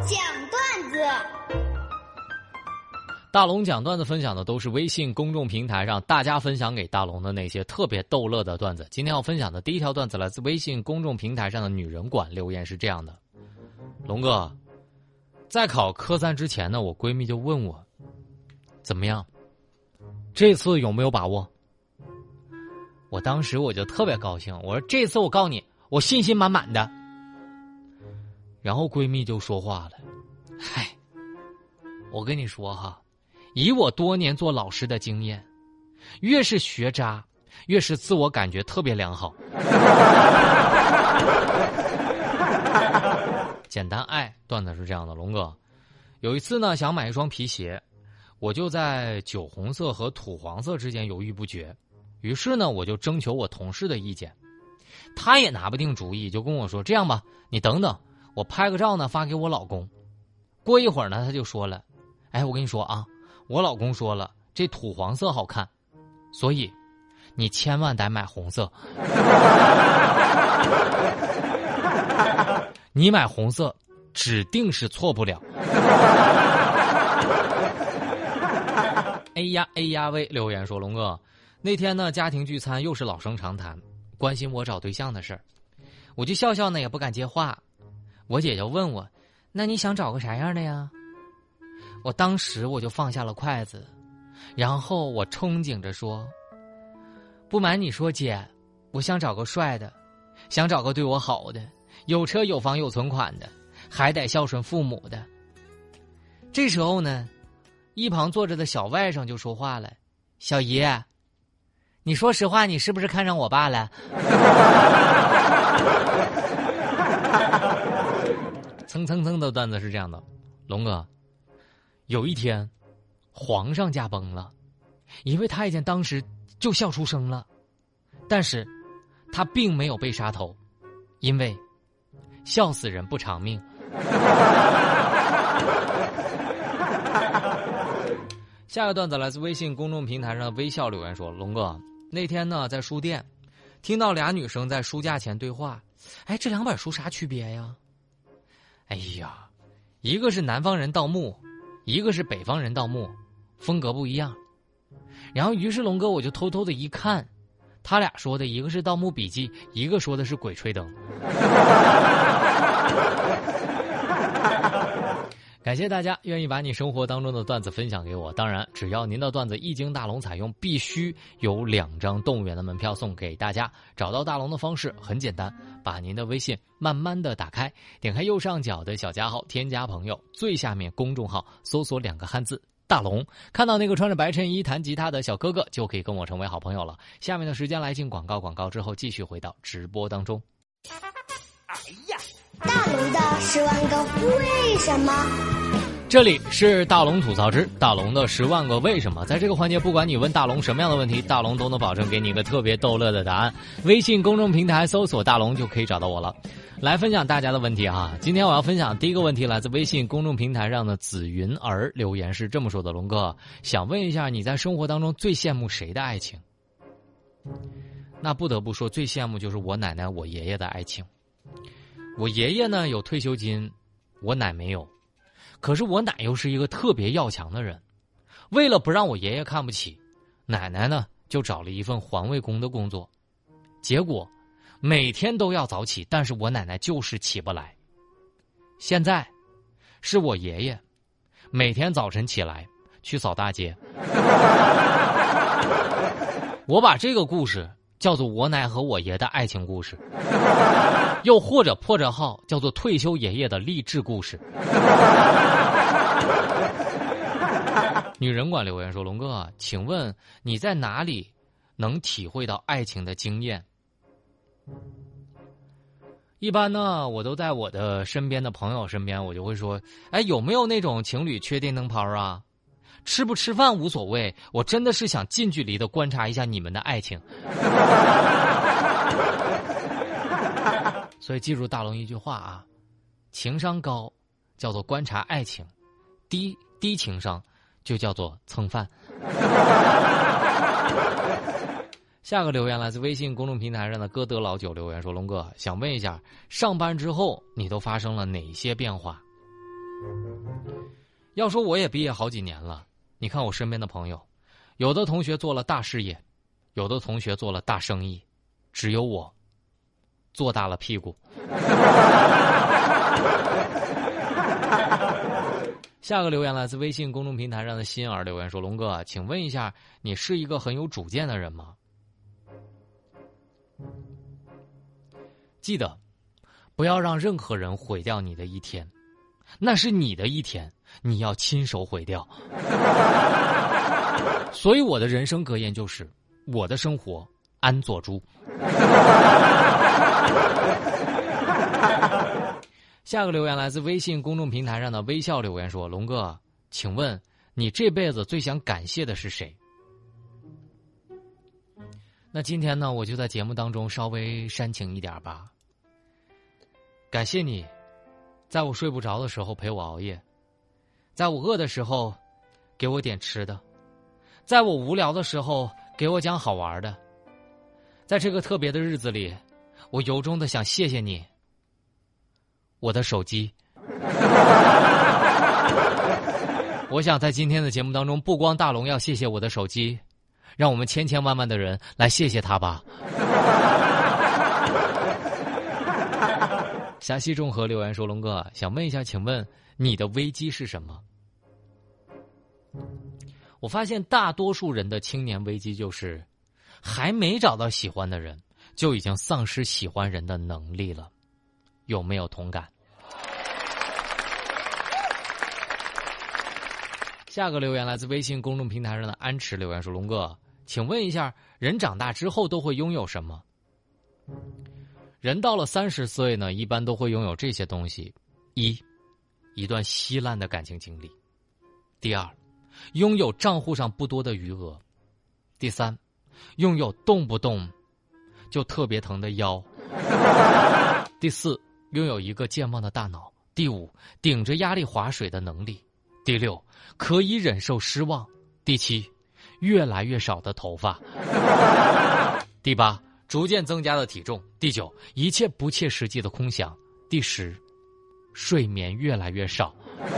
讲段子。 大龙讲段子分享的都是微信公众平台上大家分享给大龙的那些特别逗乐的段子。今天要分享的第一条段子来自微信公众平台上的女人馆留言是这样的：龙哥，在考科3之前呢，我闺蜜就问我怎么样，这次有没有把握？我当时我就特别高兴，我说这次我告诉你，我信心满满的。然后闺蜜就说话了：嗨，我跟你说哈，以我多年做老师的经验，越是学渣越是自我感觉特别良好。简单爱段子是这样的：龙哥，有一次呢想买一双皮鞋，我就在酒红色和土黄色之间犹豫不决，于是呢我就征求我同事的意见，他也拿不定主意，就跟我说这样吧，你等等，我拍个照呢发给我老公。过一会儿呢他就说了，哎，我跟你说啊，我老公说了这土黄色好看，所以你千万得买红色。你买红色指定是错不了。哎呀喂留言说，龙哥，那天呢家庭聚餐又是老生常谈，关心我找对象的事儿，我就笑笑呢也不敢接话。我姐就问我，那你想找个啥样的呀？我当时我就放下了筷子，然后我憧憬着说，不瞒你说姐，我想找个帅的，想找个对我好的，有车有房有存款的，还得孝顺父母的。这时候呢，一旁坐着的小外甥就说话了，小姨，你说实话，你是不是看上我爸了？蹭的段子是这样的：龙哥，有一天皇上驾崩了，一位太监当时就笑出声了，但是他并没有被杀头，因为笑死人不偿命。下个段子来自微信公众平台上的微笑留言说，龙哥，那天呢在书店听到俩女生在书架前对话，哎，这两本书啥区别呀？哎呀，一个是南方人盗墓，一个是北方人盗墓，风格不一样。然后于是龙哥我就偷偷的一看，他俩说的一个是盗墓笔记，一个说的是鬼吹灯。感谢大家愿意把你生活当中的段子分享给我，当然只要您的段子一经大龙采用，必须有2张动物园的门票送给大家。找到大龙的方式很简单，把您的微信慢慢的打开，点开右上角的小加号，添加朋友，最下面公众号搜索2个汉字大龙，看到那个穿着白衬衣弹吉他的小哥哥，就可以跟我成为好朋友了。下面的时间来进广告之后继续回到直播当中。 哎呀，大龙的10万个为什么。 这里是大龙吐槽之大龙的10万个为什么。在这个环节，不管你问大龙什么样的问题，大龙都能保证给你一个特别逗乐的答案。微信公众平台搜索大龙就可以找到我了。来分享大家的问题啊！今天我要分享第一个问题来自微信公众平台上的紫云儿留言是这么说的：龙哥，想问一下你在生活当中最羡慕谁的爱情？那不得不说最羡慕就是我奶奶我爷爷的爱情。我爷爷呢有退休金，我奶没有。可是我奶又是一个特别要强的人，为了不让我爷爷看不起，奶奶呢就找了一份环卫工的工作，结果每天都要早起，但是我奶奶就是起不来。现在是我爷爷每天早晨起来去扫大街。我把这个故事叫做我奶和我爷的爱情故事，又或者破折号叫做退休爷爷的励志故事。女人馆留言说，龙哥，请问你在哪里能体会到爱情的经验？一般呢我都在我的身边的朋友身边，我就会说，哎，有没有那种情侣缺电灯泡啊？吃不吃饭无所谓，我真的是想近距离的观察一下你们的爱情。所以记住大龙一句话啊，情商高叫做观察爱情，低情商就叫做蹭饭。下个留言来自微信公众平台上的歌德老九留言说，龙哥，想问一下，上班之后你都发生了哪些变化？ 要说我也毕业好几年了，你看我身边的朋友，有的同学做了大事业，有的同学做了大生意，只有我做大了屁股。下个留言来自微信公众平台上的心儿留言说：龙哥，请问一下，你是一个很有主见的人吗？记得不要让任何人毁掉你的一天，那是你的一天，你要亲手毁掉。所以我的人生格言就是：我的生活安做猪。下个留言来自微信公众平台上的微笑留言说：龙哥，请问你这辈子最想感谢的是谁？那今天呢，我就在节目当中稍微煽情一点吧。感谢你在我睡不着的时候陪我熬夜，在我饿的时候给我点吃的，在我无聊的时候给我讲好玩的。在这个特别的日子里，我由衷的想谢谢你，我的手机。我想在今天的节目当中，不光大龙要谢谢我的手机，让我们千千万万的人来谢谢他吧。霞西众和留言说：龙哥，想问一下，请问你的危机是什么？我发现大多数人的青年危机就是还没找到喜欢的人，就已经丧失喜欢人的能力了。有没有同感？下个留言来自微信公众平台上的安池留言说：龙哥，请问一下，人长大之后都会拥有什么？人到了30岁呢，一般都会拥有这些东西：一段稀烂的感情经历；第二，拥有账户上不多的余额；第三，拥有动不动就特别疼的腰；第四，拥有一个健忘的大脑；第五，顶着压力划水的能力；第六，可以忍受失望；第七，越来越少的头发；第八，逐渐增加的体重；第九，一切不切实际的空想；第十，睡眠越来越少。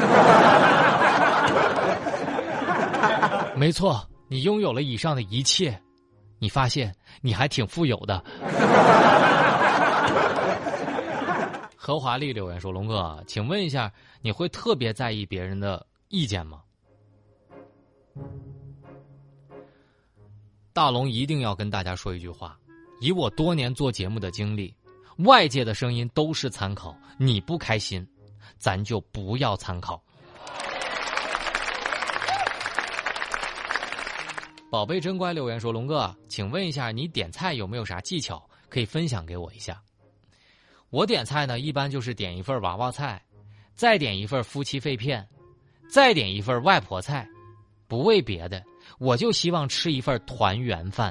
没错，你拥有了以上的一切，你发现你还挺富有的。何华丽留言说：龙哥，请问一下，你会特别在意别人的意见吗？大龙一定要跟大家说一句话，以我多年做节目的经历，外界的声音都是参考，你不开心咱就不要参考。宝贝真乖留言说：龙哥，请问一下，你点菜有没有啥技巧可以分享给我一下？我点菜呢，一般就是点一份娃娃菜，再点一份夫妻肺片，再点一份外婆菜，不为别的，我就希望吃一份团圆饭。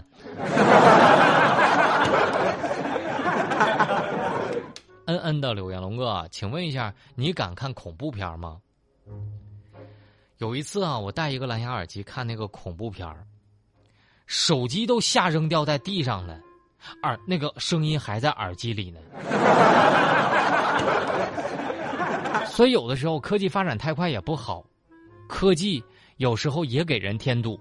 恩恩的留言：龙哥，请问一下，你敢看恐怖片吗？有一次啊，我戴一个蓝牙耳机看那个恐怖片，手机都吓扔掉在地上了，那个声音还在耳机里呢。所以有的时候科技发展太快也不好，科技有时候也给人添堵。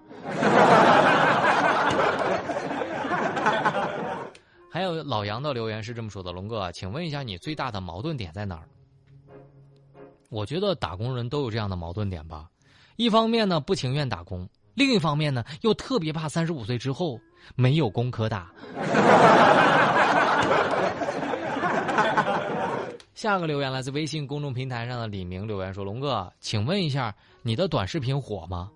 还有老杨的留言是这么说的：龙哥，请问一下，你最大的矛盾点在哪儿？我觉得打工人都有这样的矛盾点吧，一方面呢不情愿打工，另一方面呢又特别怕35岁之后没有工可打。下个留言来自微信公众平台上的李明留言说：龙哥，请问一下，你的短视频火吗？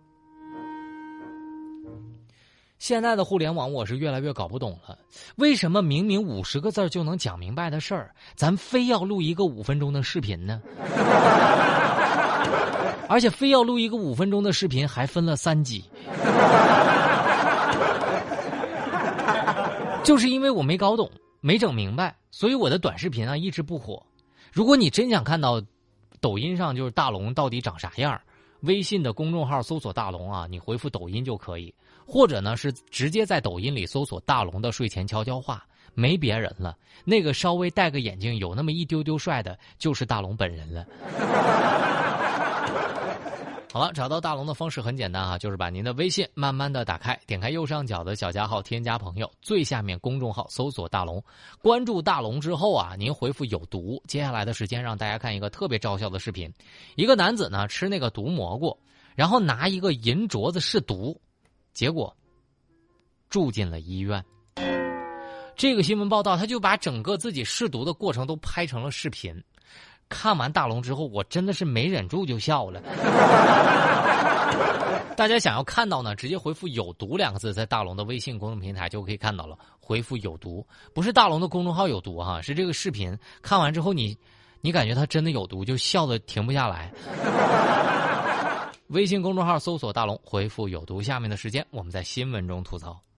现在的互联网我是越来越搞不懂了，为什么明明50个字就能讲明白的事儿，咱非要录一个5分钟的视频呢？而且非要录一个5分钟的视频还分了3集。就是因为我没搞懂，没整明白，所以我的短视频啊一直不火。如果你真想看到抖音上就是大龙到底长啥样，微信的公众号搜索大龙啊，你回复抖音就可以，或者呢是直接在抖音里搜索大龙的睡前悄悄话，没别人了，那个稍微戴个眼镜有那么一丢丢帅的就是大龙本人了。 好了，找到大龙的方式很简单啊，就是把您的微信慢慢的打开，点开右上角的小加号，添加朋友，最下面公众号搜索大龙，关注大龙之后啊，您回复有毒。接下来的时间让大家看一个特别招笑的视频，一个男子呢吃那个毒蘑菇，然后拿一个银镯子试毒，结果住进了医院。这个新闻报道他就把整个自己试毒的过程都拍成了视频。看完大龙之后，我真的是没忍住就笑了。大家想要看到呢，直接回复有毒2个字，在大龙的微信公众平台就可以看到了。回复有毒，不是大龙的公众号有毒哈，是这个视频看完之后你感觉他真的有毒，就笑得停不下来。微信公众号搜索大龙，回复有毒，下面的时间我们在新闻中吐槽。